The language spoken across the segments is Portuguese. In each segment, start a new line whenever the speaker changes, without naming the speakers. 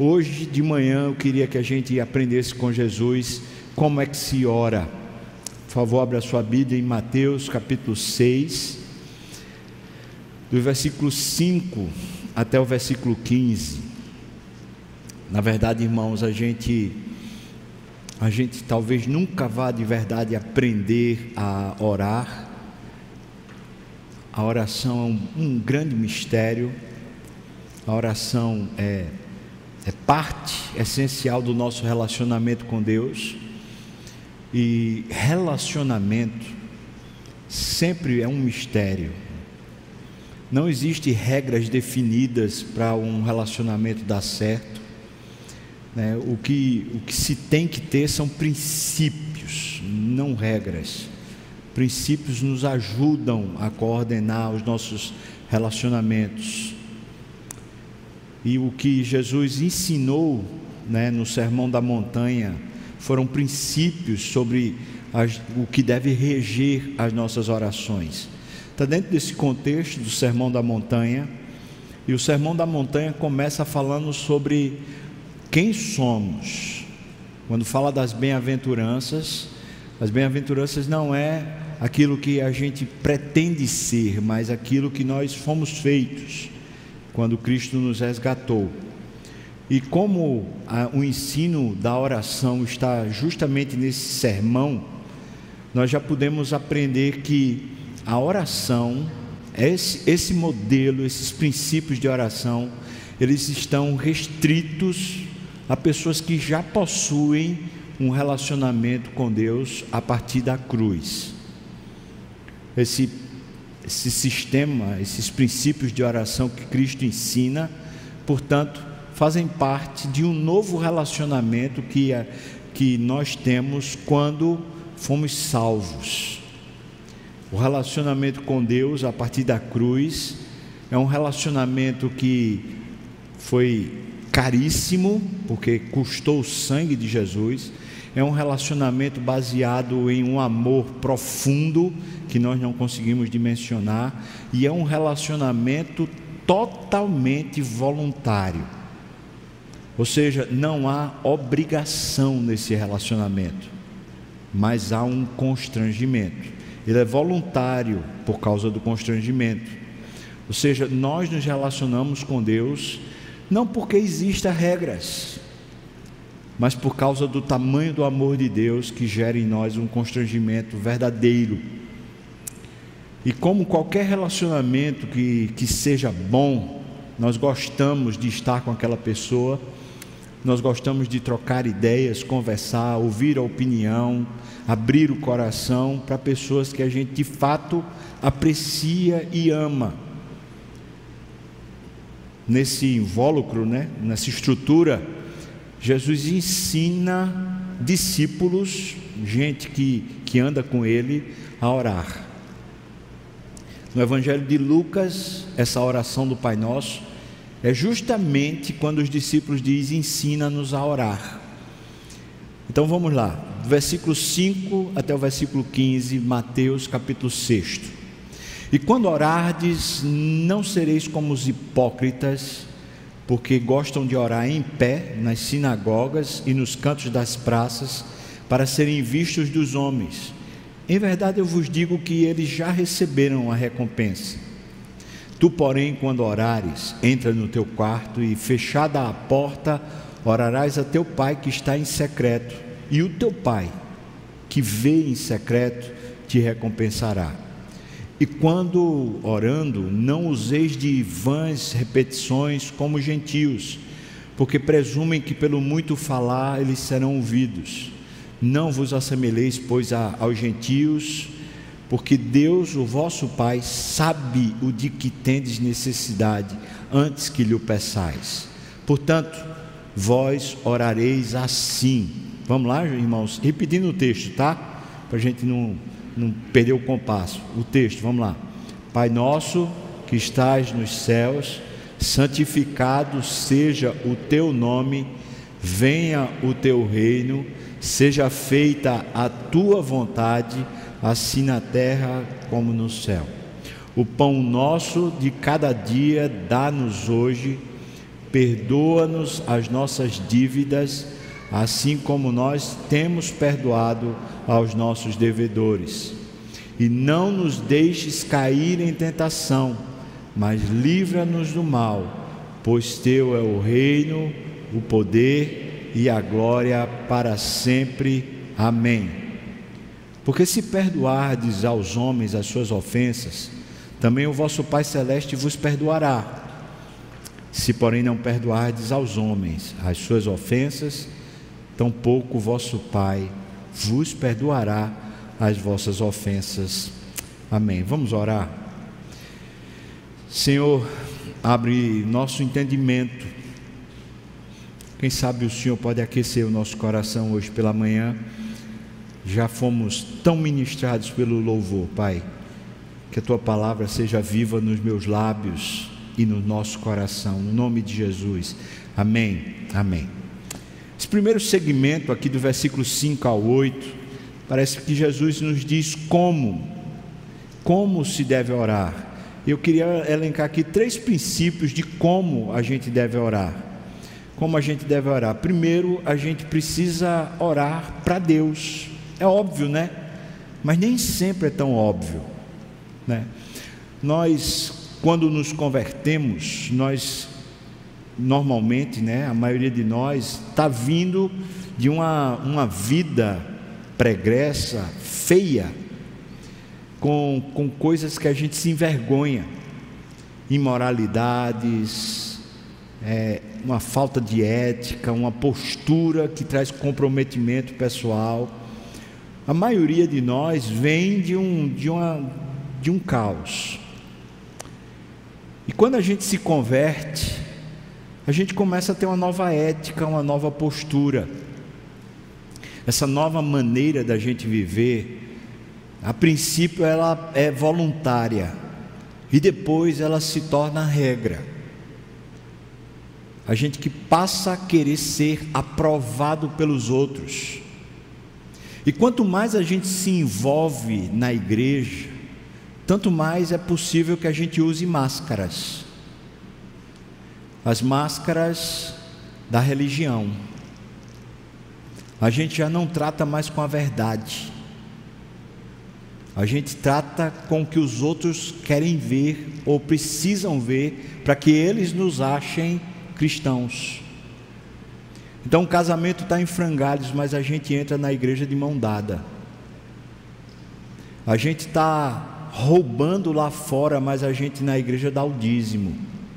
Hoje de manhã eu queria que a gente aprendesse com Jesus como é que se ora. Por favor, abra a sua Bíblia em Mateus capítulo 6, do versículo 5 até o versículo 15. Na verdade, irmãos, a gente talvez nunca vá de verdade aprender a orar. A oração é um grande mistério. A oração é parte essencial do nosso relacionamento com Deus. E relacionamento sempre é um mistério. Não existem regras definidas para um relacionamento dar certo, né? O que se tem que ter são princípios, não regras. Princípios nos ajudam a coordenar os nossos relacionamentos. E o que Jesus ensinou, né, no Sermão da Montanha foram princípios sobre o que deve reger as nossas orações. Está dentro desse contexto do Sermão da Montanha, e o Sermão da Montanha começa falando sobre quem somos. Quando fala das bem-aventuranças, as bem-aventuranças não é aquilo que a gente pretende ser, mas aquilo que nós fomos feitos quando Cristo nos resgatou. E como o ensino da oração está justamente nesse sermão, nós já podemos aprender que a oração, esse modelo, esses princípios de oração, eles estão restritos a pessoas que já possuem um relacionamento com Deus a partir da cruz. Esse sistema, esses princípios de oração que Cristo ensina, portanto, fazem parte de um novo relacionamento que nós temos quando fomos salvos. O relacionamento com Deus a partir da cruz é um relacionamento que foi caríssimo, porque custou o sangue de Jesus. É um relacionamento baseado em um amor profundo que nós não conseguimos dimensionar, e é um relacionamento totalmente voluntário. Ou seja, não há obrigação nesse relacionamento, mas há um constrangimento. Ele é voluntário por causa do constrangimento. Ou seja, nós nos relacionamos com Deus não porque existam regras, mas por causa do tamanho do amor de Deus que gera em nós um constrangimento verdadeiro. E como qualquer relacionamento que seja bom, nós gostamos de estar com aquela pessoa, nós gostamos de trocar ideias, conversar, ouvir a opinião, abrir o coração para pessoas que a gente de fato aprecia e ama. Nesse invólucro, né, nessa estrutura, Jesus ensina discípulos, gente que anda com Ele, a orar. No Evangelho de Lucas, essa oração do Pai Nosso é justamente quando os discípulos dizem: ensina-nos a orar. Então vamos lá, do versículo 5 até o versículo 15, Mateus capítulo 6. E quando orardes, não sereis como os hipócritas, porque gostam de orar em pé nas sinagogas e nos cantos das praças, para serem vistos dos homens. Em verdade eu vos digo que eles já receberam a recompensa. Tu, porém, quando orares, entra no teu quarto e, fechada a porta, orarás a teu Pai que está em secreto, e o teu Pai, que vê em secreto, te recompensará. E quando orando, não useis de vãs repetições como gentios, porque presumem que pelo muito falar eles serão ouvidos. Não vos assemelheis, pois, aos gentios, porque Deus, o vosso Pai, sabe o de que tendes necessidade, antes que lhe o peçais. Portanto, vós orareis assim. Vamos lá, irmãos, repetindo o texto, tá? Para a gente não perder o compasso. O texto, vamos lá. Pai nosso que estás nos céus, santificado seja o teu nome, venha o teu reino, seja feita a tua vontade, assim na terra como no céu. O pão nosso de cada dia dá-nos hoje, perdoa-nos as nossas dívidas, assim como nós temos perdoado aos nossos devedores. E não nos deixes cair em tentação, mas livra-nos do mal, pois teu é o reino, o poder e a glória para sempre. Amém. Porque se perdoardes aos homens as suas ofensas, também o vosso Pai Celeste vos perdoará. Se porém não perdoardes aos homens as suas ofensas, tampouco o vosso Pai vos perdoará as vossas ofensas. Amém. Vamos orar. Senhor, abre nosso entendimento. Quem sabe o Senhor pode aquecer o nosso coração hoje pela manhã. Já fomos tão ministrados pelo louvor, Pai. Que a Tua palavra seja viva nos meus lábios e no nosso coração, no nome de Jesus. Amém. Amém. Esse primeiro segmento aqui do versículo 5 ao 8, parece que Jesus nos diz como se deve orar. Eu queria elencar aqui 3 princípios de como a gente deve orar. Como a gente deve orar? Primeiro, a gente precisa orar para Deus. É óbvio, né? Mas nem sempre é tão óbvio, né? Nós, quando nos convertemos, nós normalmente, né, a maioria de nós está vindo de uma vida pregressa, feia, com coisas que a gente se envergonha, imoralidades, uma falta de ética, uma postura que traz comprometimento pessoal. A maioria de nós vem de um caos. E quando a gente se converte, a gente começa a ter uma nova ética, uma nova postura. Essa nova maneira da gente viver, a princípio ela é voluntária e depois ela se torna regra. A gente que passa a querer ser aprovado pelos outros. E quanto mais a gente se envolve na igreja, tanto mais é possível que a gente use máscaras. As máscaras da religião. A gente já não trata mais com a verdade. A gente trata com o que os outros querem ver ou precisam ver para que eles nos achem cristãos. Então o casamento está em frangalhos, mas a gente entra na igreja de mão dada. A gente está roubando lá fora, mas a gente na igreja dá o dízimo.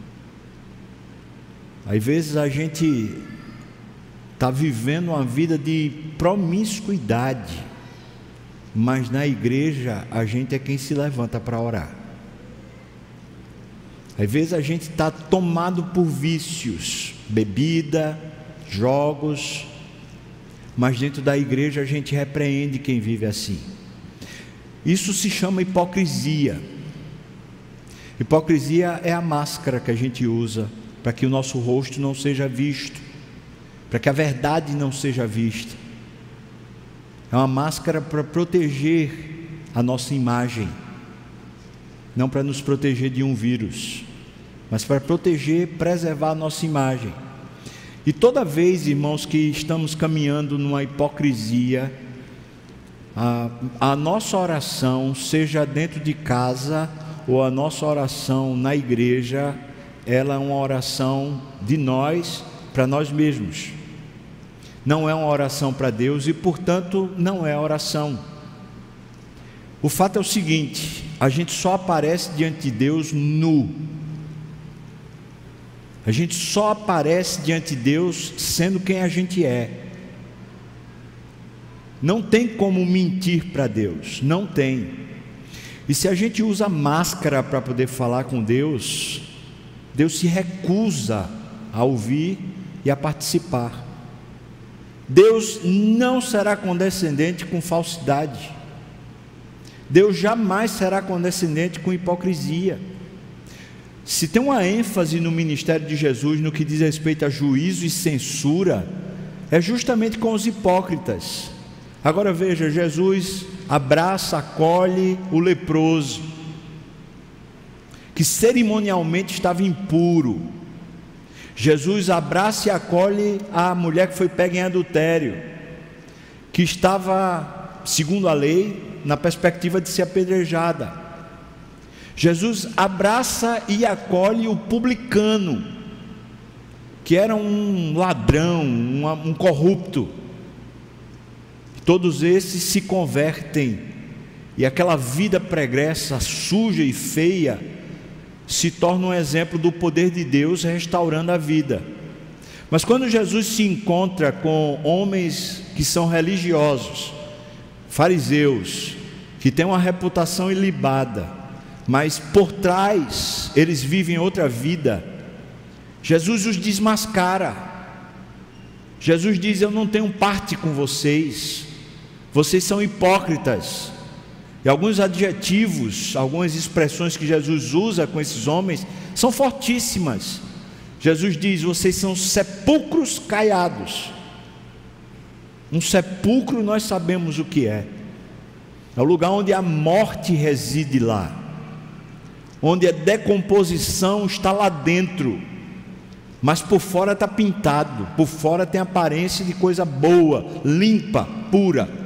Às vezes a gente está vivendo uma vida de promiscuidade, mas na igreja a gente é quem se levanta para orar. Às vezes a gente está tomado por vícios, bebida, jogos, mas dentro da igreja a gente repreende quem vive assim. Isso se chama hipocrisia. Hipocrisia é a máscara que a gente usa para que o nosso rosto não seja visto, para que a verdade não seja vista. É uma máscara para proteger a nossa imagem, não para nos proteger de um vírus, mas para proteger, preservar a nossa imagem. E toda vez, irmãos, que estamos caminhando numa hipocrisia, a nossa oração, seja dentro de casa ou a nossa oração na igreja, ela é uma oração de nós para nós mesmos. Não é uma oração para Deus e, portanto, não é oração. O fato é o seguinte: a gente só aparece diante de Deus nu. A gente só aparece diante de Deus sendo quem a gente é. Não tem como mentir para Deus, não tem. E se a gente usa máscara para poder falar com Deus, Deus se recusa a ouvir e a participar. Deus não será condescendente com falsidade. Deus jamais será condescendente com hipocrisia. Se tem uma ênfase no ministério de Jesus no que diz respeito a juízo e censura, é justamente com os hipócritas. Agora veja, Jesus abraça, acolhe o leproso, que cerimonialmente estava impuro. Jesus abraça e acolhe a mulher que foi pega em adultério, que estava, segundo a lei, na perspectiva de ser apedrejada. Jesus abraça e acolhe o publicano, que era um ladrão, um corrupto. Todos esses se convertem, e aquela vida pregressa, suja e feia, se torna um exemplo do poder de Deus restaurando a vida. Mas quando Jesus se encontra com homens que são religiosos, fariseus, que têm uma reputação ilibada, mas por trás eles vivem outra vida, Jesus os desmascara. Jesus diz: eu não tenho parte com vocês, vocês são hipócritas. E alguns adjetivos, algumas expressões que Jesus usa com esses homens são fortíssimas. Jesus diz: vocês são sepulcros caiados. Um sepulcro nós sabemos o que é o lugar onde a morte reside lá, onde a decomposição está lá dentro, mas por fora está pintado, por fora tem aparência de coisa boa, limpa, pura.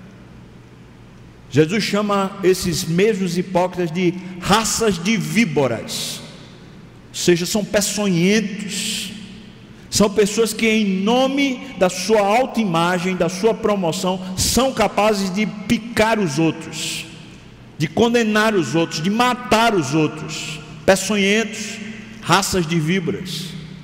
Jesus chama esses mesmos hipócritas de raças de víboras, ou seja, são peçonhentos, são pessoas que em nome da sua autoimagem, da sua promoção, são capazes de picar os outros, de condenar os outros, de matar os outros. Peçonhentos, raças de víboras.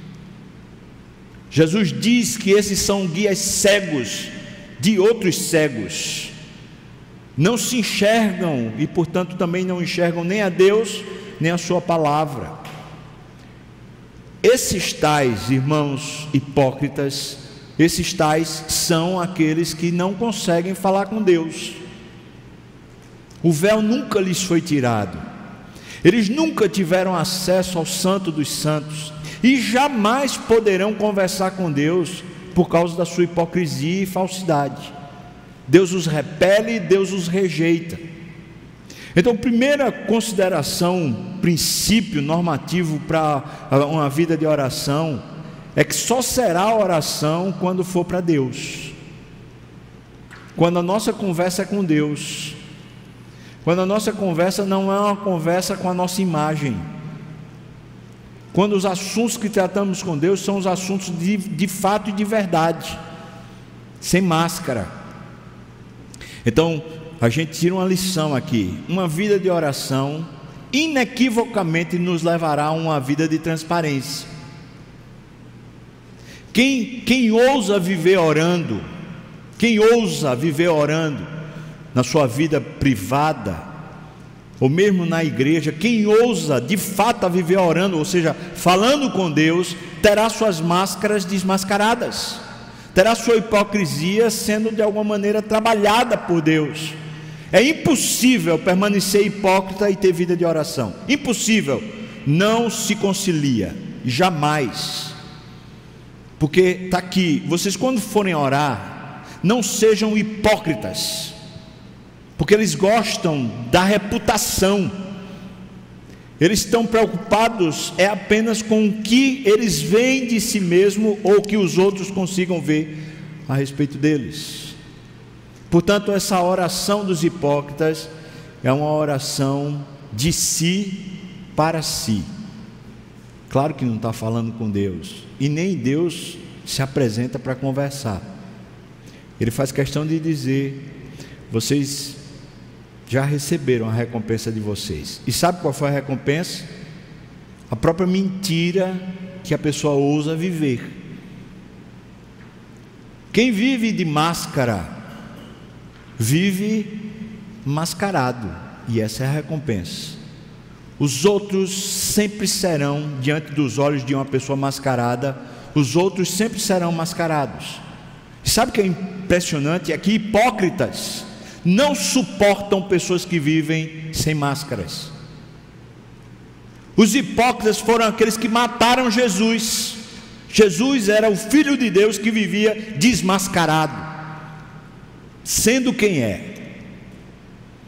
Jesus diz que esses são guias cegos de outros cegos, não se enxergam e portanto também não enxergam nem a Deus nem a sua palavra. Esses tais, irmãos hipócritas, esses tais são aqueles que não conseguem falar com Deus. O véu nunca lhes foi tirado, eles nunca tiveram acesso ao Santo dos Santos e jamais poderão conversar com Deus por causa da sua hipocrisia e falsidade. Deus os repele, Deus os rejeita. Então, primeira consideração, princípio normativo para uma vida de oração, é que só será oração quando for para Deus, quando a nossa conversa é com Deus, quando a nossa conversa não é uma conversa com a nossa imagem, quando os assuntos que tratamos com Deus são os assuntos de fato e de verdade, sem máscara. Então, a gente tira uma lição aqui: uma vida de oração inequivocamente nos levará a uma vida de transparência. Quem ousa viver orando, na sua vida privada, ou mesmo na igreja, quem ousa de fato a viver orando, ou seja, falando com Deus, terá suas máscaras desmascaradas, terá sua hipocrisia sendo de alguma maneira trabalhada por Deus. É impossível permanecer hipócrita e ter vida de oração, impossível, não se concilia, jamais. Porque está aqui, vocês quando forem orar, não sejam hipócritas, porque eles gostam da reputação, eles estão preocupados apenas com o que eles veem de si mesmo, ou que os outros consigam ver a respeito deles. Portanto, essa oração dos hipócritas é uma oração de si para si. Claro que não está falando com Deus, e nem Deus se apresenta para conversar. Ele faz questão de dizer: vocês já receberam a recompensa de vocês. E sabe qual foi a recompensa? A própria mentira que a pessoa ousa viver. Quem vive de máscara, vive mascarado, e essa é a recompensa. Os outros sempre serão, diante dos olhos de uma pessoa mascarada, os outros sempre serão mascarados. E sabe o que é impressionante? É que hipócritas não suportam pessoas que vivem sem máscaras. Os hipócritas foram aqueles que mataram Jesus. Jesus era o Filho de Deus que vivia desmascarado, sendo quem é.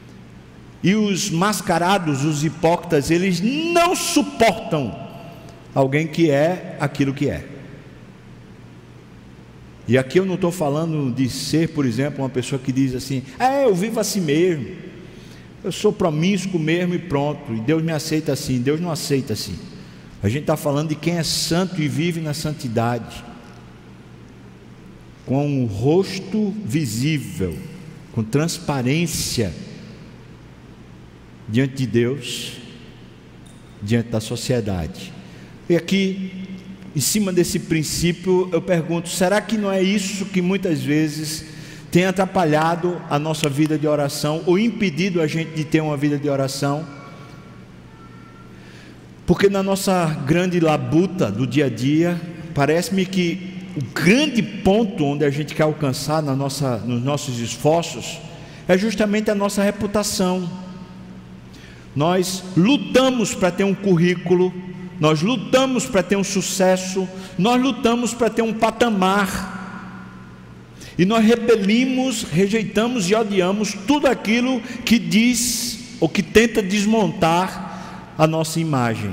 E os mascarados, os hipócritas, eles não suportam alguém que é aquilo que é. E aqui eu não estou falando de ser, por exemplo, uma pessoa que diz assim: eu vivo assim mesmo, eu sou promíscuo mesmo e pronto, e Deus me aceita assim. Deus não aceita assim. A gente está falando de quem é santo e vive na santidade, com o rosto visível, com transparência diante de Deus, diante da sociedade. E aqui, em cima desse princípio, eu pergunto: será que não é isso que muitas vezes tem atrapalhado a nossa vida de oração, ou impedido a gente de ter uma vida de oração? Porque na nossa grande labuta do dia a dia, parece-me que o grande ponto onde a gente quer alcançar nos nossos esforços é justamente a nossa reputação. Nós lutamos para ter um currículo, nós lutamos para ter um sucesso, nós lutamos para ter um patamar, e nós repelimos, rejeitamos e odiamos tudo aquilo que diz ou que tenta desmontar a nossa imagem.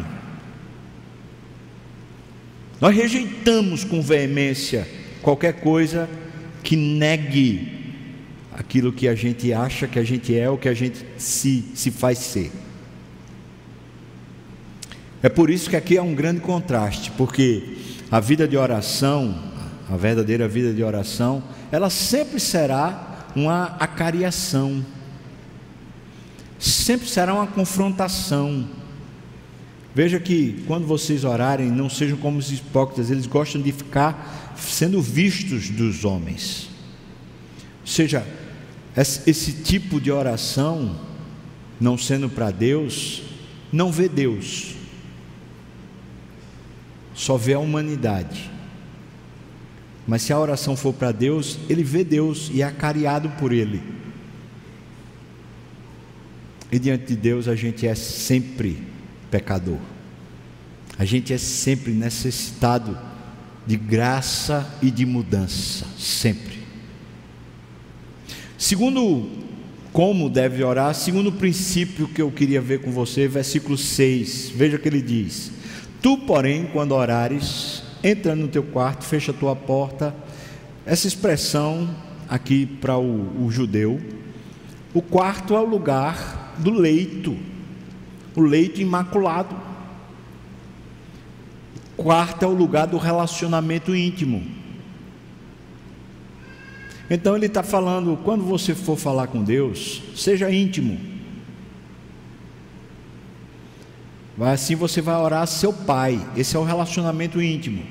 Nós rejeitamos com veemência qualquer coisa que negue aquilo que a gente acha que a gente é, ou que a gente se faz ser. É por isso que aqui é um grande contraste, porque a vida de oração, a verdadeira vida de oração, ela sempre será uma acariação, sempre será uma confrontação. Veja que quando vocês orarem, não sejam como os hipócritas, eles gostam de ficar sendo vistos dos homens. Ou seja, esse tipo de oração, não sendo para Deus, não vê Deus, só vê a humanidade. Mas se a oração for para Deus, ele vê Deus e é acariado por Ele. E diante de Deus a gente é sempre pecador, a gente é sempre necessitado de graça e de mudança, sempre. Segundo como deve orar, segundo o princípio que eu queria ver com você, versículo 6, veja o que ele diz: tu, porém, quando orares, entra no teu quarto, fecha a tua porta. Essa expressão aqui para o judeu, o quarto é o lugar do leito, o leito imaculado. O quarto é o lugar do relacionamento íntimo. Então ele está falando, quando você for falar com Deus, seja íntimo. Assim você vai orar a seu Pai. Esse é o relacionamento íntimo.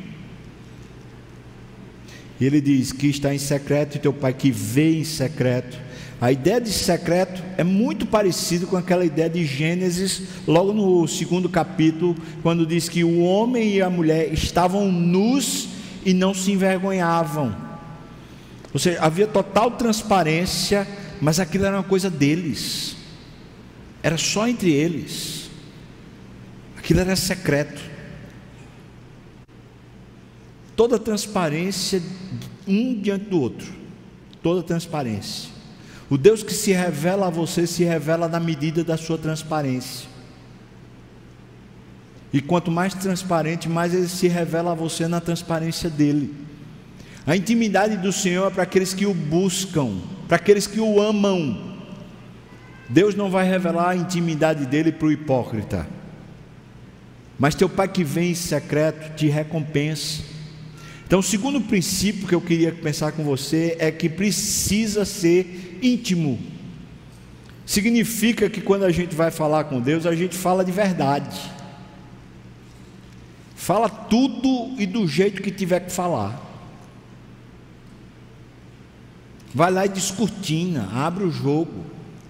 E ele diz que está em secreto, e teu Pai que vê em secreto. A ideia de secreto é muito parecido com aquela ideia de Gênesis, logo no 2º capítulo, quando diz que o homem e a mulher estavam nus e não se envergonhavam. Ou seja, havia total transparência, mas aquilo era uma coisa deles, era só entre eles, aquilo era secreto. Toda transparência, um diante do outro, toda transparência. O Deus que se revela a você, se revela na medida da sua transparência. E quanto mais transparente, mais Ele se revela a você na transparência dEle. A intimidade do Senhor é para aqueles que o buscam, para aqueles que o amam. Deus não vai revelar a intimidade dEle para o hipócrita. Mas teu Pai que vem em secreto te recompensa. Então, o segundo princípio que eu queria pensar com você é que precisa ser íntimo. Significa que quando a gente vai falar com Deus, a gente fala de verdade. Fala tudo e do jeito que tiver que falar. Vai lá e descortina, abre o jogo.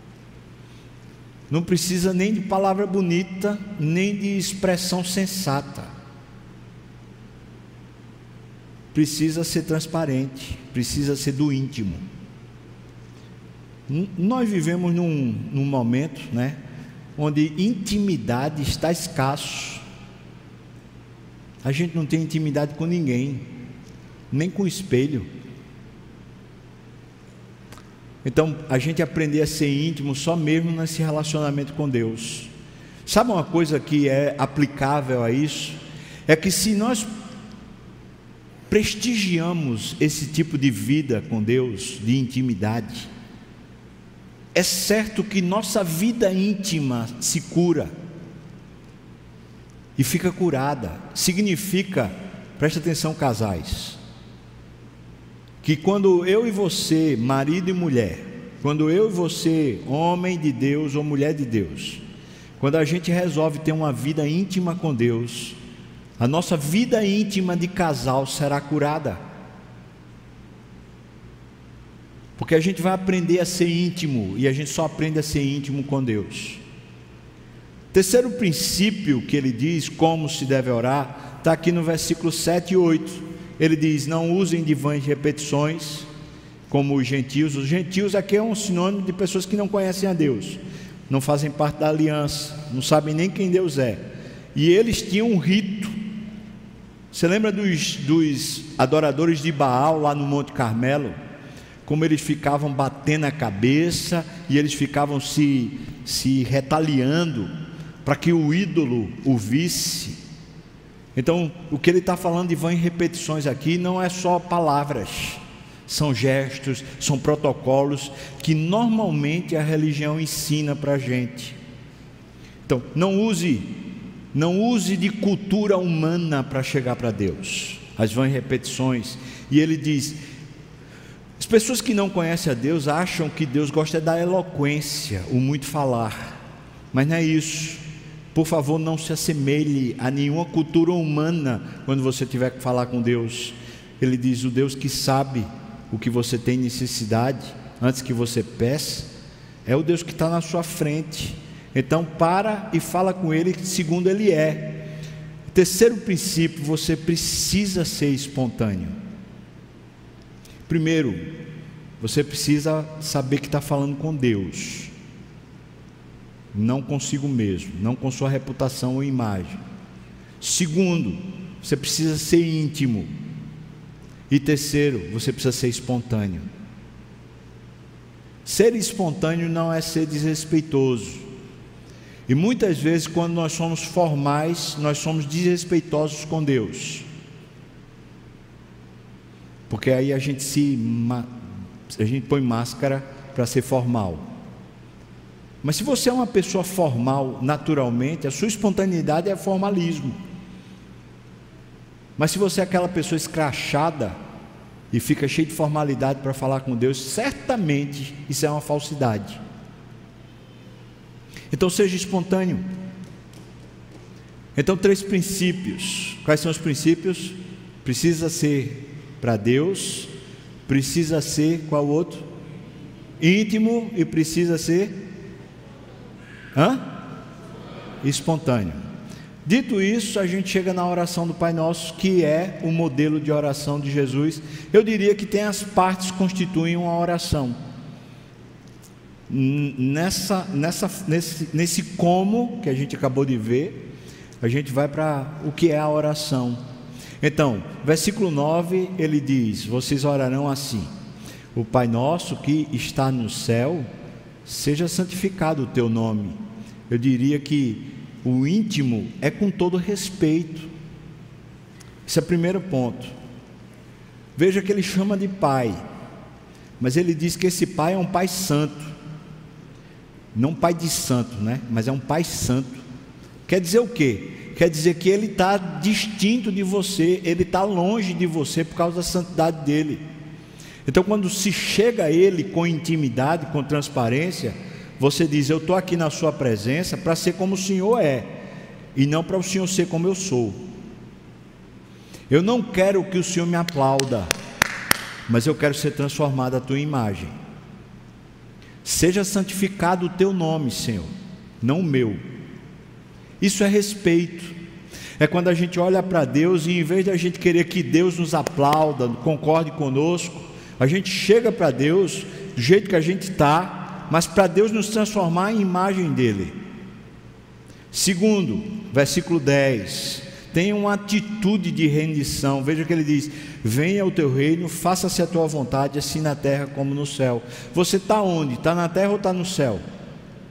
Não precisa nem de palavra bonita, nem de expressão sensata. Precisa ser transparente, precisa ser do íntimo. Nós vivemos num momento, né, onde intimidade está escasso. A gente não tem intimidade com ninguém, nem com o espelho. Então, a gente aprender a ser íntimo só mesmo nesse relacionamento com Deus. Sabe uma coisa que é aplicável a isso? é que se nós prestigiamos esse tipo de vida com Deus, de intimidade, é certo que nossa vida íntima se cura e fica curada. Significa, presta atenção, casais, que quando eu e você, marido e mulher, quando eu e você, homem de Deus ou mulher de Deus, quando a gente resolve ter uma vida íntima com Deus, a nossa vida íntima de casal será curada, porque a gente vai aprender a ser íntimo, e a gente só aprende a ser íntimo com Deus. Terceiro princípio que ele diz como se deve orar, está aqui no versículo 7 e 8. Ele diz: não usem de vãs repetições, como os gentios. Os gentios aqui é um sinônimo de pessoas que não conhecem a Deus, não fazem parte da aliança, não sabem nem quem Deus é, e eles tinham um rito. Você lembra dos adoradores de Baal lá no Monte Carmelo? Como eles ficavam batendo a cabeça e eles ficavam se retaliando para que o ídolo o visse. Então, o que ele está falando de vãs repetições aqui não é só palavras, são gestos, são protocolos que normalmente a religião ensina para a gente. Então, não use de cultura humana para chegar para Deus, as vãs repetições. E ele diz: as pessoas que não conhecem a Deus acham que Deus gosta da eloquência, o muito falar, mas não é isso. Por favor, não se assemelhe a nenhuma cultura humana quando você tiver que falar com Deus. Ele diz: o Deus que sabe o que você tem necessidade antes que você peça, é o Deus que está na sua frente. Então para e fala com Ele segundo Ele é. Terceiro princípio: você precisa ser espontâneo. Primeiro, você precisa saber que está falando com Deus, não consigo mesmo, não com sua reputação ou imagem. Segundo, você precisa ser íntimo. E terceiro, você precisa ser espontâneo. Ser espontâneo não é ser desrespeitoso. E muitas vezes, quando nós somos formais, nós somos desrespeitosos com Deus, porque aí a gente põe máscara para ser formal. Mas se você é uma pessoa formal naturalmente, a sua espontaneidade é formalismo. Mas se você é aquela pessoa escrachada e fica cheio de formalidade para falar com Deus, certamente isso é uma falsidade. Então seja espontâneo. Então 3 princípios. Quais são os princípios? Precisa ser para Deus, precisa ser, qual outro? Íntimo, e precisa ser espontâneo. Dito isso, a gente chega na oração do Pai Nosso, que é o modelo de oração de Jesus. Eu diria que tem as partes que constituem uma oração. Nesse como que a gente acabou de ver, a gente vai para o que é a oração. Então, versículo 9, ele diz: vocês orarão assim: o Pai Nosso que está no céu, seja santificado o teu nome. Eu diria que o íntimo é com todo respeito. Esse é o primeiro ponto. Veja que ele chama de Pai, mas ele diz que esse Pai é um Pai santo. Não Pai de santo, né? Mas é um Pai santo. Quer dizer o quê? Quer dizer que Ele está distinto de você, Ele está longe de você por causa da santidade dEle. Então quando se chega a Ele com intimidade, com transparência, você diz: eu estou aqui na sua presença para ser como o Senhor é, e não para o Senhor ser como eu sou. Eu não quero que o Senhor me aplauda, mas eu quero ser transformado à tua imagem. Seja santificado o teu nome, Senhor, não o meu. Isso é respeito. É quando a gente olha para Deus e, em vez de a gente querer que Deus nos aplauda, concorde conosco, a gente chega para Deus do jeito que a gente está, mas para Deus nos transformar em imagem dEle. Segundo, versículo 10, tenha uma atitude de rendição. Veja que ele diz: venha o teu reino, faça-se a tua vontade, assim na terra como no céu. Você está onde? Está na terra ou está no céu?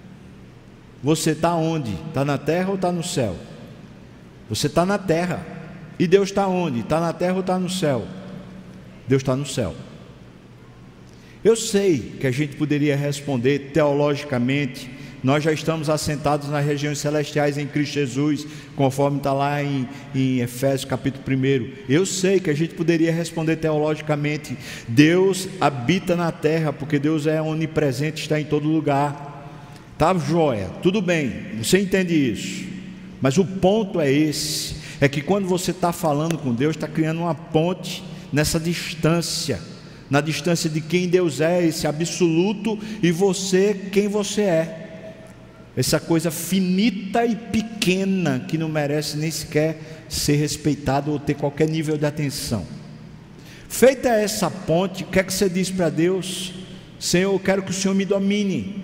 Você está onde? Está na terra ou está no céu? Você está na terra. E Deus está onde? Está na terra ou está no céu? Deus está no céu. Eu sei que a gente poderia responder teologicamente: nós já estamos assentados nas regiões celestiais em Cristo Jesus, conforme está lá em Efésios capítulo 1. Eu sei que a gente poderia responder teologicamente: Deus habita na terra, porque Deus é onipresente, está em todo lugar. Tá, joia, tudo bem, você entende isso. Mas o ponto é esse, é que quando você está falando com Deus, está criando uma ponte nessa distância, na distância de quem Deus é, esse absoluto, e você, quem você é, essa coisa finita e pequena, que não merece nem sequer ser respeitado ou ter qualquer nível de atenção. Feita essa ponte, o que é que você diz para Deus? Senhor, eu quero que o Senhor me domine.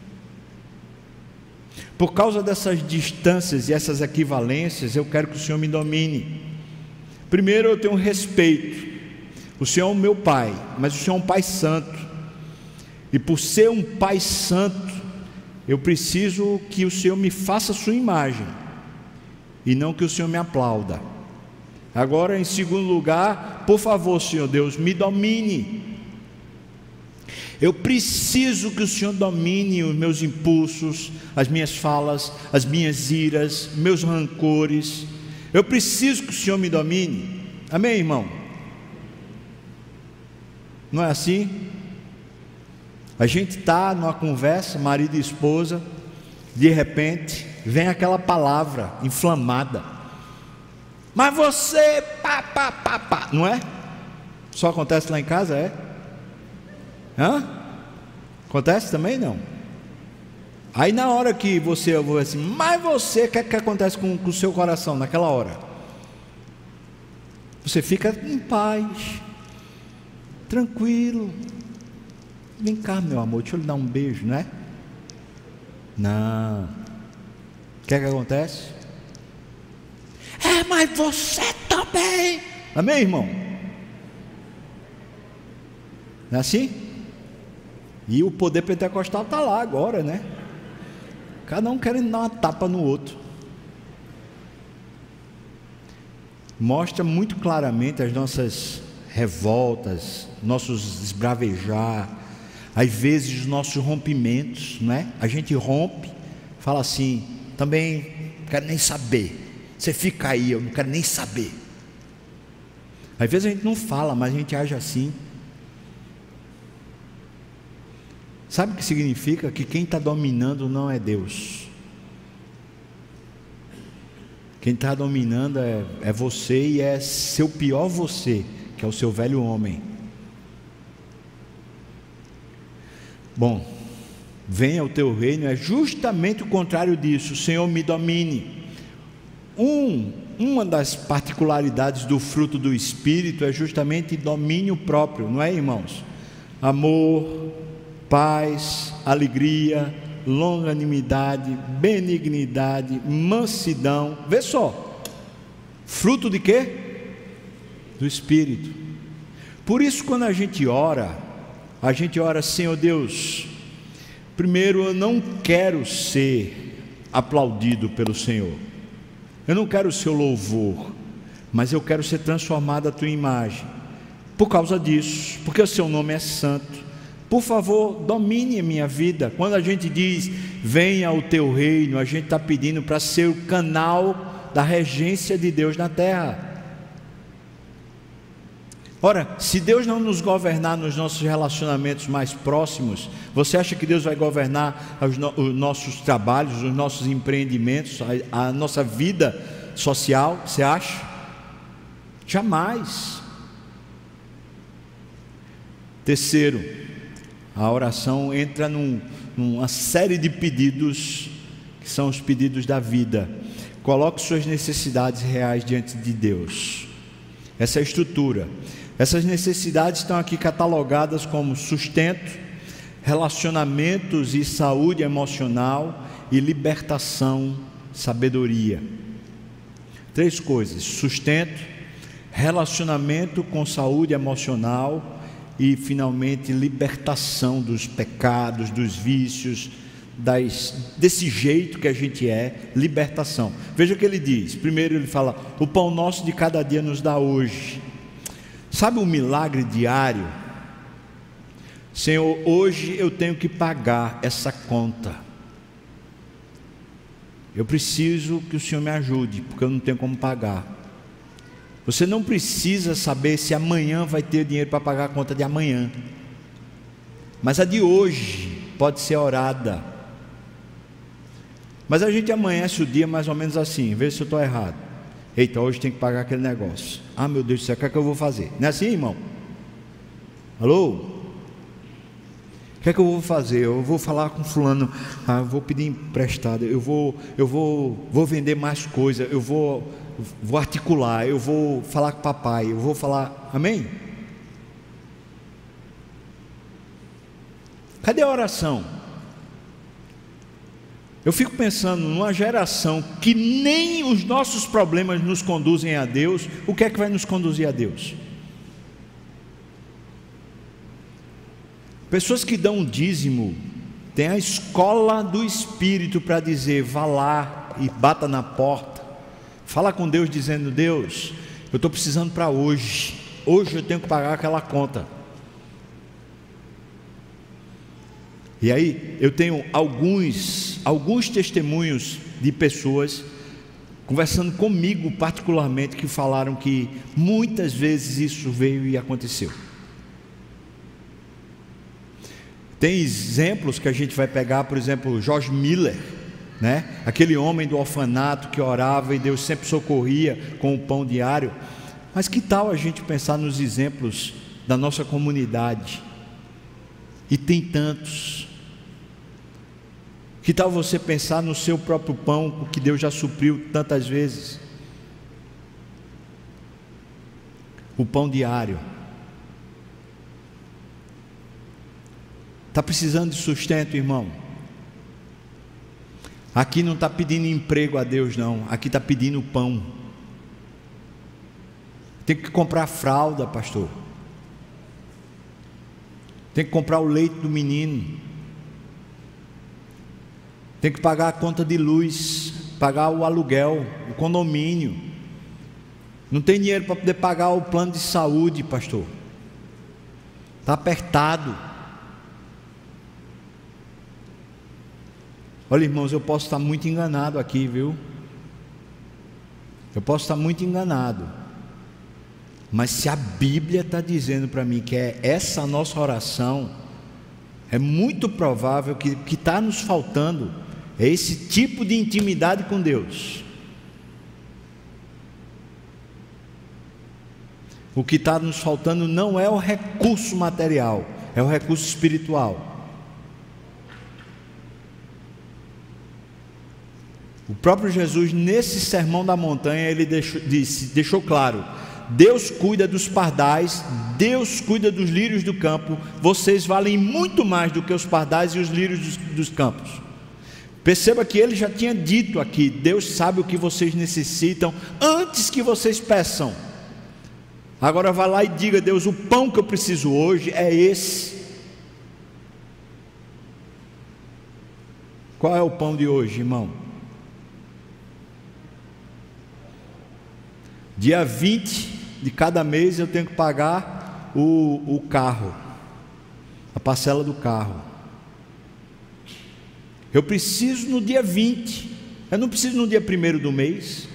Por causa dessas distâncias e essas equivalências, eu quero que o Senhor me domine. Primeiro, eu tenho respeito. O Senhor é o meu Pai, mas o Senhor é um Pai santo, e por ser um Pai santo, eu preciso que o Senhor me faça a sua imagem, e não que o Senhor me aplauda. Agora, em segundo lugar, por favor, Senhor Deus, me domine. Eu preciso que o Senhor domine os meus impulsos, as minhas falas, as minhas iras, meus rancores. Eu preciso que o Senhor me domine. Amém, irmão? Não é assim? A gente está numa conversa, marido e esposa, de repente vem aquela palavra inflamada: mas você, pá, não é? Só acontece lá em casa, é? Hã? Acontece também? Não. Aí na hora que você ouve assim, mas você, o que acontece com o seu coração naquela hora? Você fica em paz, tranquilo. Vem cá, meu amor, deixa eu lhe dar um beijo, não é? Não. O que acontece? Mas você também. Amém, irmão? Não é assim? E o poder pentecostal está lá agora, né? Cada um querendo dar uma tapa no outro. Mostra muito claramente as nossas revoltas, nossos esbravejar, às vezes os nossos rompimentos, não é? A gente rompe, fala assim: também não quero nem saber, você fica aí, eu não quero nem saber. Às vezes a gente não fala, mas a gente age assim. Sabe o que significa? Que quem está dominando não é Deus. Quem está dominando é você, e é seu pior você, que é o seu velho homem. Bom, venha o teu reino é justamente o contrário disso: Senhor, me domine. Uma das particularidades do fruto do Espírito é justamente domínio próprio, não é, irmãos? Amor, paz, alegria, longanimidade, benignidade, mansidão. Vê só, fruto de quê? Do Espírito. Por isso, quando a gente ora, Senhor Deus, primeiro, eu não quero ser aplaudido pelo Senhor, eu não quero o seu louvor, mas eu quero ser transformado à tua imagem. Por causa disso, porque o seu nome é santo, por favor, domine a minha vida. Quando a gente diz venha o teu reino, a gente está pedindo para ser o canal da regência de Deus na terra. Ora, se Deus não nos governar nos nossos relacionamentos mais próximos, você acha que Deus vai governar os nossos trabalhos, os nossos empreendimentos, a nossa vida social? Você acha? Jamais. Terceiro, a oração entra numa série de pedidos, que são os pedidos da vida. Coloque suas necessidades reais diante de Deus. Essa é a estrutura. Essas necessidades estão aqui catalogadas como sustento, relacionamentos e saúde emocional, e libertação, sabedoria. 3 coisas: sustento, relacionamento com saúde emocional e finalmente libertação dos pecados, dos vícios, desse jeito que a gente é, libertação. Veja o que ele diz. Primeiro ele fala: o pão nosso de cada dia nos dá hoje. Sabe o milagre diário? Senhor, hoje eu tenho que pagar essa conta. Eu preciso que o Senhor me ajude, porque eu não tenho como pagar. Você não precisa saber se amanhã vai ter dinheiro para pagar a conta de amanhã, mas a de hoje pode ser orada. Mas a gente amanhece o dia mais ou menos assim, vê se eu estou errado. Eita, hoje tem que pagar aquele negócio. Ah, meu Deus do céu, o que é que eu vou fazer? Não é assim, irmão? Alô? O que é que eu vou fazer? Eu vou falar com fulano, eu vou pedir emprestado, eu vou vender mais coisa, eu vou articular, eu vou falar com papai, eu vou falar, amém? Cadê a oração? Eu fico pensando, numa geração que nem os nossos problemas nos conduzem a Deus, o que é que vai nos conduzir a Deus? Pessoas que dão um dízimo, tem a escola do Espírito para dizer: vá lá e bata na porta, fala com Deus dizendo: Deus, eu estou precisando para hoje eu tenho que pagar aquela conta. E aí eu tenho alguns testemunhos de pessoas conversando comigo particularmente, que falaram que muitas vezes isso veio e aconteceu. Tem exemplos que a gente vai pegar, por exemplo, George Miller, né? Aquele homem do orfanato que orava e Deus sempre socorria com o pão diário. Mas que tal a gente pensar nos exemplos da nossa comunidade? E tem tantos. Que tal você pensar no seu próprio pão, que Deus já supriu tantas vezes? O pão diário. Está precisando de sustento, irmão? Aqui não está pedindo emprego a Deus, não. Aqui está pedindo pão. Tem que comprar fralda, pastor. Tem que comprar o leite do menino. Tem que pagar a conta de luz, pagar o aluguel, o condomínio. Não tem dinheiro para poder pagar o plano de saúde, pastor. Está apertado. Olha, irmãos, eu posso estar muito enganado aqui, viu? Eu posso estar muito enganado. Mas se a Bíblia está dizendo para mim que é essa a nossa oração, é muito provável que o que está nos faltando é esse tipo de intimidade com Deus. O que está nos faltando não é o recurso material, é o recurso espiritual. O próprio Jesus, nesse sermão da montanha, ele deixou claro: Deus cuida dos pardais, Deus cuida dos lírios do campo, vocês valem muito mais do que os pardais e os lírios dos campos. Perceba que ele já tinha dito aqui: Deus sabe o que vocês necessitam antes que vocês peçam. Agora vá lá e diga: Deus, o pão que eu preciso hoje é esse. Qual é o pão de hoje, irmão? Dia 20 de cada mês eu tenho que pagar o carro, a parcela do carro. Eu preciso no dia 20, eu não preciso no dia 1º do mês.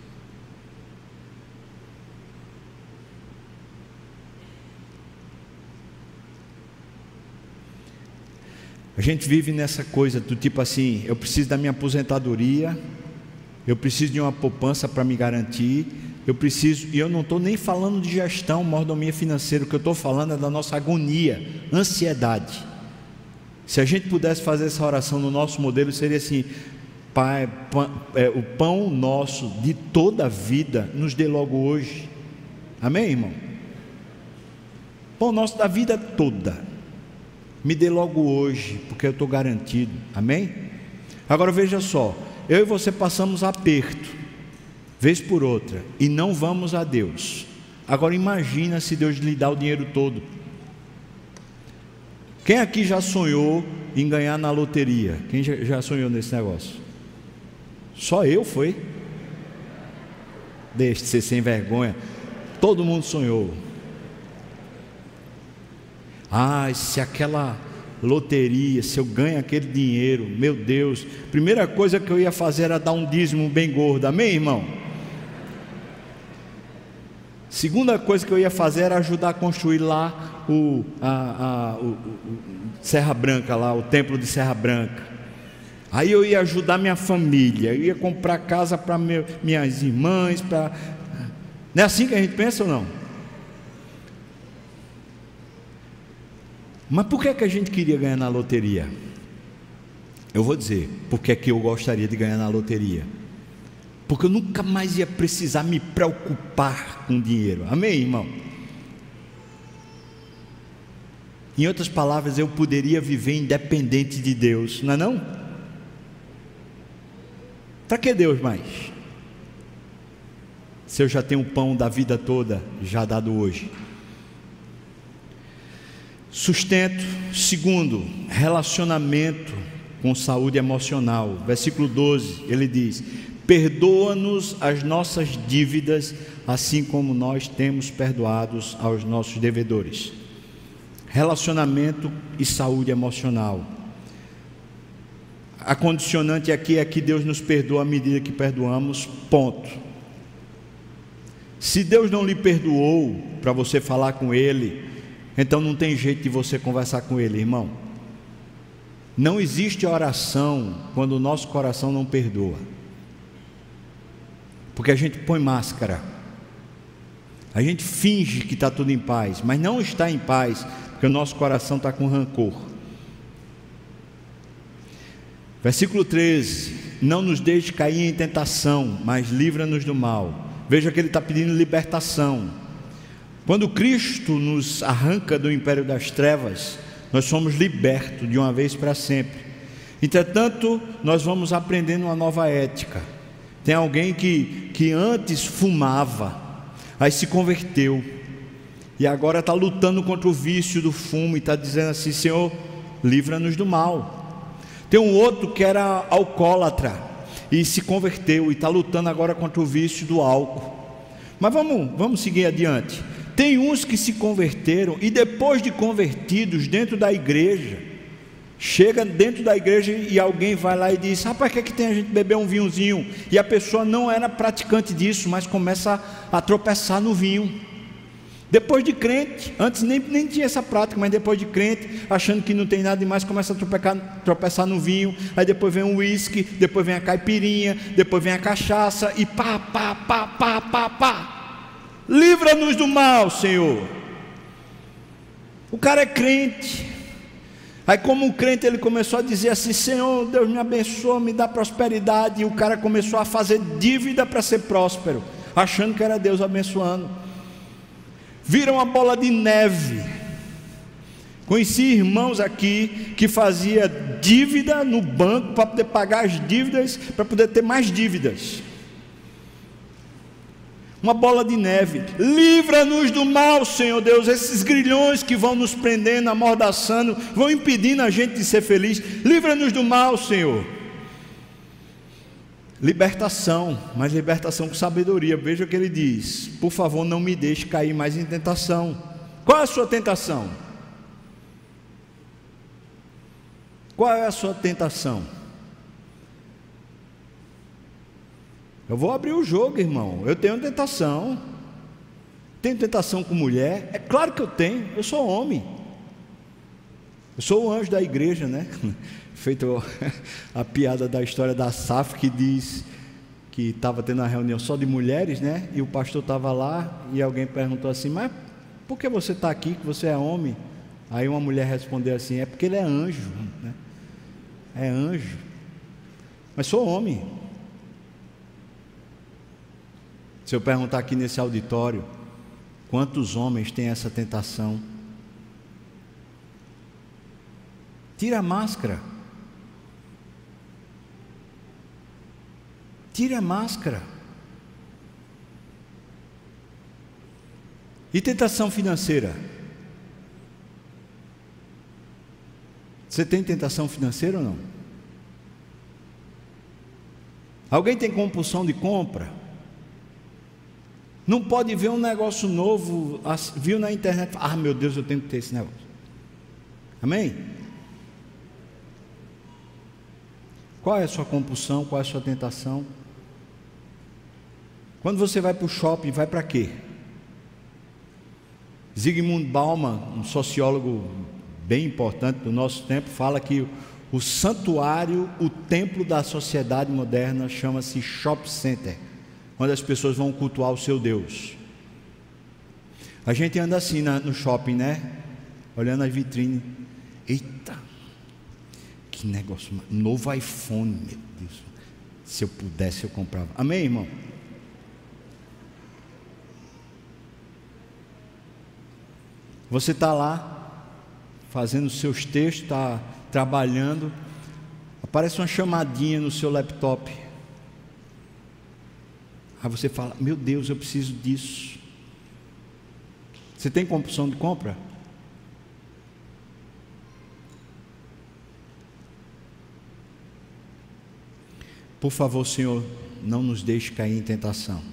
A gente vive nessa coisa do tipo assim: eu preciso da minha aposentadoria, eu preciso de uma poupança para me garantir, eu preciso, e eu não estou nem falando de gestão, mordomia financeira, o que eu estou falando é da nossa agonia, ansiedade. Se a gente pudesse fazer essa oração no nosso modelo, seria assim: Pai, o pão nosso de toda a vida, nos dê logo hoje. Amém, irmão? Pão nosso da vida toda, me dê logo hoje, porque eu estou garantido. Amém? Agora veja só, eu e você passamos aperto vez por outra e não vamos a Deus. Agora imagina se Deus lhe dá o dinheiro todo. Quem aqui já sonhou em ganhar na loteria? Quem já sonhou nesse negócio? Só eu, foi? Deixe de ser sem vergonha. Todo mundo sonhou. Se aquela loteria, se eu ganho aquele dinheiro, meu Deus, primeira coisa que eu ia fazer era dar um dízimo bem gordo, amém, irmão? Segunda coisa que eu ia fazer era ajudar a construir lá o Serra Branca, lá o templo de Serra Branca. Aí eu ia ajudar minha família, eu ia comprar casa para minhas irmãs, não é assim que a gente pensa ou não? Mas por que a gente queria ganhar na loteria? Eu vou dizer, porque é que eu gostaria de ganhar na loteria. Porque eu nunca mais ia precisar me preocupar com dinheiro, amém, irmão? Em outras palavras, eu poderia viver independente de Deus, não é não? Para que Deus mais? Se eu já tenho o pão da vida toda já dado hoje. Sustento. Segundo, relacionamento com saúde emocional. Versículo 12, ele diz: perdoa-nos as nossas dívidas, assim como nós temos perdoados aos nossos devedores. Relacionamento e saúde emocional. A condicionante aqui é que Deus nos perdoa à medida que perdoamos, ponto. Se Deus não lhe perdoou para você falar com Ele, então não tem jeito de você conversar com Ele, irmão. Não existe oração quando o nosso coração não perdoa, porque a gente põe máscara, a gente finge que está tudo em paz, mas não está em paz, porque o nosso coração está com rancor. Versículo 13: não nos deixe cair em tentação, mas livra-nos do mal. Veja que ele está pedindo libertação. Quando Cristo nos arranca do império das trevas, nós somos libertos de uma vez para sempre. Entretanto, nós vamos aprendendo uma nova ética. Tem alguém que antes fumava, aí se converteu, e agora está lutando contra o vício do fumo, e está dizendo assim: Senhor, livra-nos do mal. Tem um outro que era alcoólatra, e se converteu, e está lutando agora contra o vício do álcool. Mas vamos seguir adiante. Tem uns que se converteram e depois de convertidos dentro da igreja, chega dentro da igreja e alguém vai lá e diz: rapaz, o que é que tem a gente beber um vinhozinho? E a pessoa não era praticante disso, mas começa a tropeçar no vinho. Depois de crente, antes nem tinha essa prática, mas depois de crente, achando que não tem nada demais, começa a tropeçar no vinho. Aí depois vem o uísque, depois vem a caipirinha, depois vem a cachaça e pá. Livra-nos do mal, Senhor. O cara é crente. Aí como o crente ele começou a dizer assim: Senhor, Deus me abençoa, me dá prosperidade. E o cara começou a fazer dívida para ser próspero, achando que era Deus abençoando. Vira uma bola de neve. Conheci irmãos aqui que fazia dívida no banco para poder pagar as dívidas, para poder ter mais dívidas. Uma bola de neve. Livra-nos do mal, Senhor Deus. Esses grilhões que vão nos prendendo, amordaçando, vão impedindo a gente de ser feliz. Livra-nos do mal, Senhor. Libertação, mas libertação com sabedoria. Veja o que ele diz: por favor, não me deixe cair mais em tentação. Qual é a sua tentação? Qual é a sua tentação? Eu vou abrir o jogo, irmão. Eu tenho tentação. Tenho tentação com mulher? É claro que eu tenho. Eu sou homem. Eu sou o anjo da igreja, né? Feito a piada da história da SAF, que diz que estava tendo uma reunião só de mulheres, né? E o pastor estava lá e alguém perguntou assim: mas por que você está aqui, que você é homem? Aí uma mulher respondeu assim: é porque ele é anjo, né? É anjo. Mas sou homem. Se eu perguntar aqui nesse auditório, quantos homens têm essa tentação? Tira a máscara. Tire a máscara. E tentação financeira? Você tem tentação financeira ou não? Alguém tem compulsão de compra? Não pode ver um negócio novo, viu na internet, meu Deus, eu tenho que ter esse negócio. Amém? Qual é a sua compulsão? Qual é a sua tentação? Quando você vai para o shopping, vai para quê? Zygmunt Bauman, um sociólogo bem importante do nosso tempo, fala que o santuário, o templo da sociedade moderna chama-se shopping center, onde as pessoas vão cultuar o seu Deus. A gente anda assim no shopping, né? Olhando as vitrines. Eita, que negócio, novo iPhone, meu Deus. Se eu pudesse, eu comprava. Amém, irmão? Você está lá, fazendo seus textos, está trabalhando, aparece uma chamadinha no seu laptop. Aí você fala, meu Deus, eu preciso disso. Você tem compulsão de compra? Por favor, Senhor, não nos deixe cair em tentação.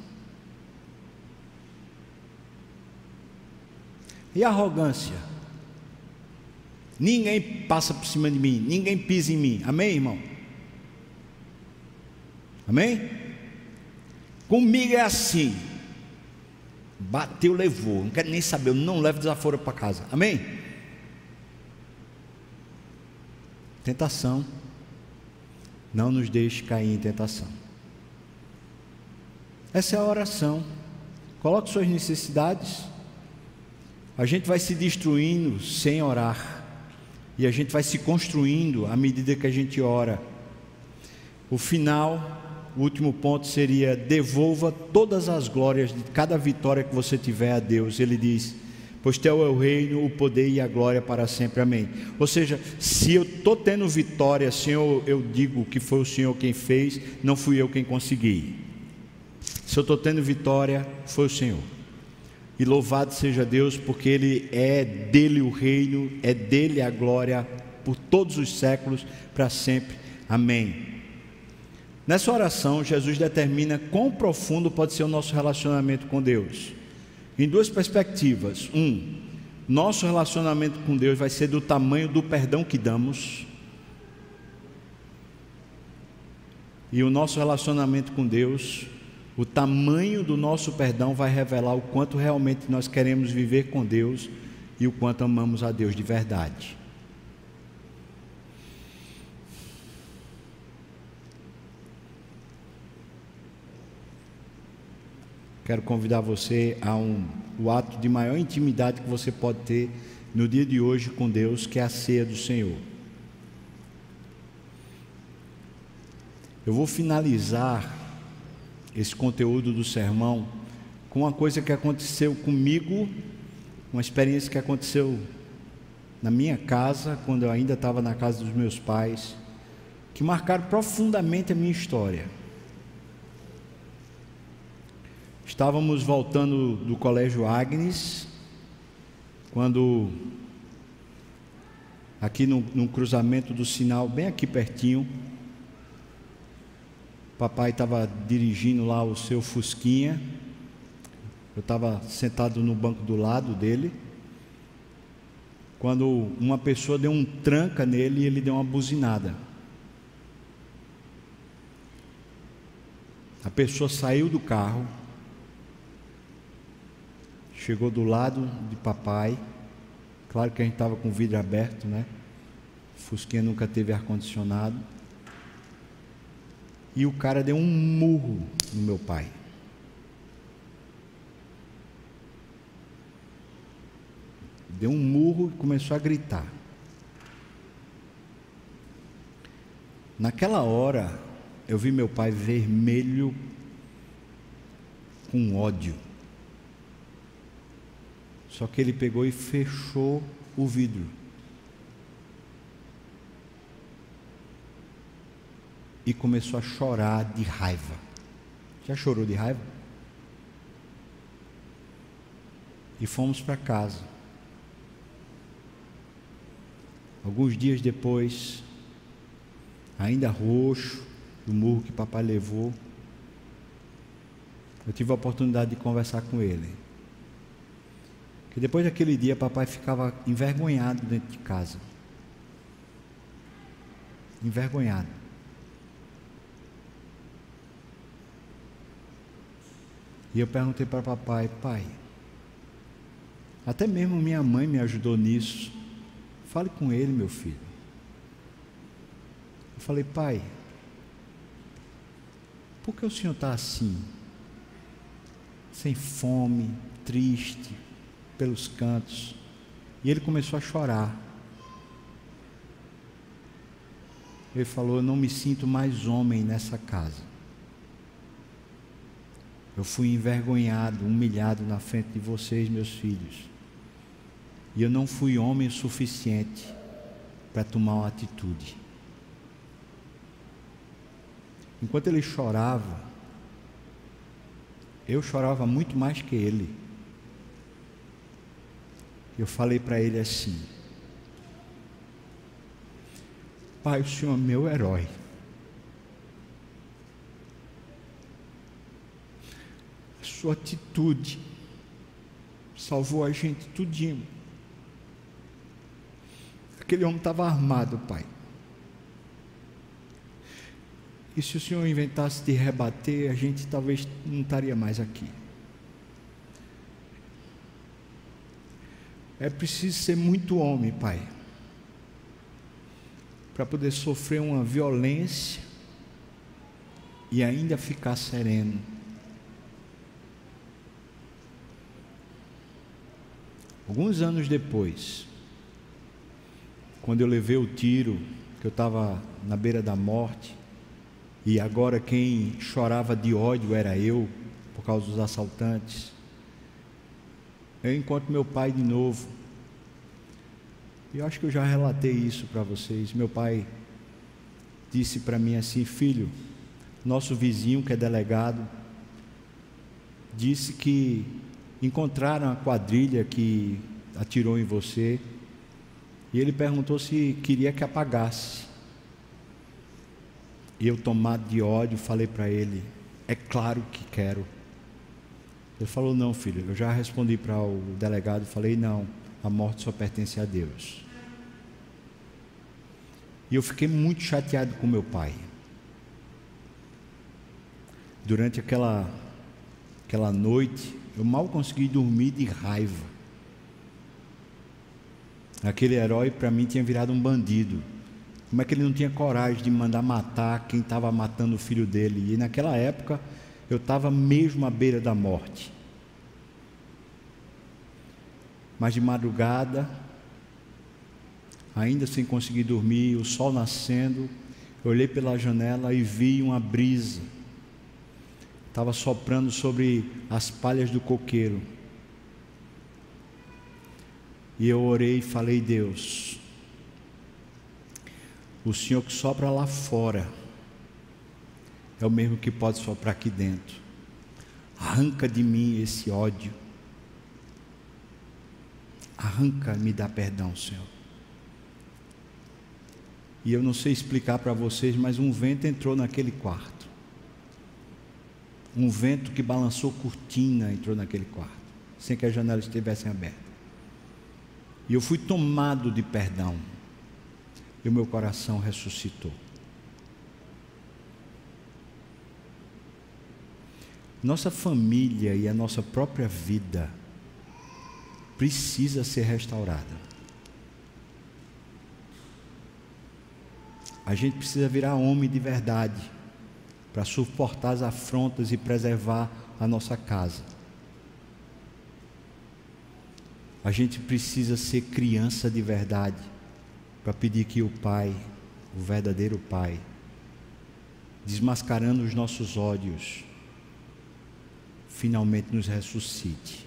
E a arrogância? Ninguém passa por cima de mim, ninguém pisa em mim. Amém, irmão? Amém? Comigo é assim. Bateu, levou. Não quero nem saber, eu não levo desaforo para casa. Amém? Tentação. Não nos deixe cair em tentação. Essa é a oração. Coloque suas necessidades. A gente vai se destruindo sem orar, e a gente vai se construindo à medida que a gente ora. O final, o último ponto seria: devolva todas as glórias de cada vitória que você tiver a Deus. Ele diz: pois teu é o reino, o poder e a glória para sempre, amém. Ou seja, se eu estou tendo vitória, Senhor, eu digo que foi o Senhor quem fez, não fui eu quem consegui. Se eu estou tendo vitória, foi o Senhor. E louvado seja Deus, porque Ele é dele o reino, é dele a glória, por todos os séculos, para sempre, amém. Nessa oração, Jesus determina quão profundo pode ser o nosso relacionamento com Deus, em duas perspectivas. Nosso relacionamento com Deus vai ser do tamanho do perdão que damos, e o nosso relacionamento com Deus, o tamanho do nosso perdão vai revelar o quanto realmente nós queremos viver com Deus e o quanto amamos a Deus de verdade. Quero convidar você a o ato de maior intimidade que você pode ter no dia de hoje com Deus, que é a ceia do Senhor. Eu vou finalizar esse conteúdo do sermão com uma coisa que aconteceu comigo, uma experiência que aconteceu na minha casa, quando eu ainda estava na casa dos meus pais, que marcaram profundamente a minha história. Estávamos voltando do colégio Agnes, quando aqui no cruzamento do sinal, bem aqui pertinho, papai estava dirigindo lá o seu Fusquinha, eu estava sentado no banco do lado dele, quando uma pessoa deu um tranca nele e ele deu uma buzinada. A pessoa saiu do carro, chegou do lado de papai, claro que a gente estava com o vidro aberto, né? Fusquinha nunca teve ar-condicionado. E o cara deu um murro no meu pai. Deu um murro e começou a gritar. Naquela hora, eu vi meu pai vermelho com ódio. Só que ele pegou e fechou o vidro. E começou a chorar de raiva. Já chorou de raiva? E fomos para casa. Alguns dias depois, ainda roxo do murro que papai levou, eu tive a oportunidade de conversar com ele. Que depois daquele dia papai ficava envergonhado dentro de casa. Envergonhado. E eu perguntei para papai: pai, até mesmo minha mãe me ajudou nisso, fale com ele, meu filho. Eu falei: pai, por que o senhor está assim? Sem fome, triste, pelos cantos. E ele começou a chorar. Ele falou: eu não me sinto mais homem nessa casa. Eu fui envergonhado, humilhado na frente de vocês, meus filhos. E eu não fui homem o suficiente para tomar uma atitude. Enquanto ele chorava, eu chorava muito mais que ele. Eu falei para ele assim: pai, o senhor é meu herói. A sua atitude salvou a gente tudinho. Aquele homem estava armado, pai. E se o senhor inventasse de rebater, a gente talvez não estaria mais aqui. É preciso ser muito homem, pai, para poder sofrer uma violência e ainda ficar sereno. Alguns anos depois, quando eu levei o tiro, que eu estava na beira da morte, e agora quem chorava de ódio era eu, por causa dos assaltantes, eu encontro meu pai de novo. E eu acho que eu já relatei isso para vocês. Meu pai disse para mim assim: filho, nosso vizinho que é delegado disse que encontraram a quadrilha que atirou em você, e ele perguntou se queria que apagasse. E eu, tomado de ódio, falei para ele: é claro que quero. Ele falou: não, filho. Eu já respondi para o delegado, falei: não, a morte só pertence a Deus. E eu fiquei muito chateado com meu pai. Durante aquela noite, eu mal consegui dormir de raiva. Aquele herói para mim tinha virado um bandido. Como é que ele não tinha coragem de mandar matar quem estava matando o filho dele? E naquela época eu estava mesmo à beira da morte. Mas de madrugada, ainda sem conseguir dormir, o sol nascendo, eu olhei pela janela e vi uma brisa. Estava soprando sobre as palhas do coqueiro. E eu orei e falei: Deus, o Senhor que sopra lá fora é o mesmo que pode soprar aqui dentro. Arranca de mim esse ódio. Arranca, me dá perdão, Senhor. E eu não sei explicar para vocês, mas um vento entrou naquele quarto. Um vento que balançou cortina entrou naquele quarto, sem que as janelas estivessem abertas. E eu fui tomado de perdão. E o meu coração ressuscitou. Nossa família e a nossa própria vida precisa ser restaurada. A gente precisa virar homem de verdade para suportar as afrontas e preservar a nossa casa. A gente precisa ser criança de verdade para pedir que o Pai, o verdadeiro Pai, desmascarando os nossos ódios, finalmente nos ressuscite.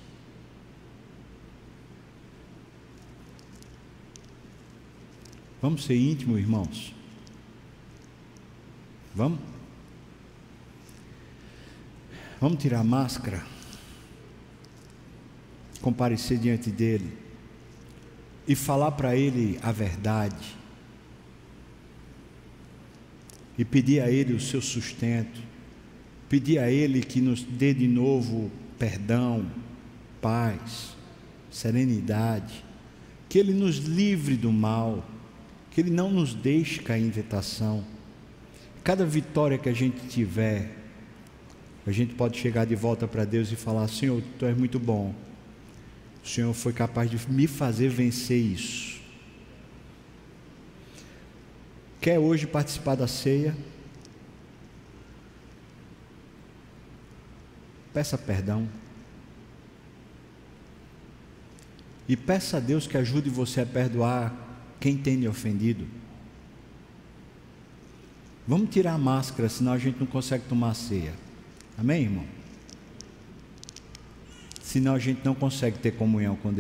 Vamos ser íntimos, irmãos? Vamos? Vamos tirar a máscara, comparecer diante dele, e falar para Ele a verdade, e pedir a Ele o seu sustento, pedir a Ele que nos dê de novo perdão, paz, serenidade, que Ele nos livre do mal, que Ele não nos deixe cair em tentação. Cada vitória que a gente tiver, a gente pode chegar de volta para Deus e falar: Senhor, Tu és muito bom, o Senhor foi capaz de me fazer vencer isso. Quer hoje participar da ceia? Peça perdão. E peça a Deus que ajude você a perdoar quem tem lhe ofendido. Vamos tirar a máscara, senão a gente não consegue tomar a ceia. Amém, irmão? Senão a gente não consegue ter comunhão com Deus.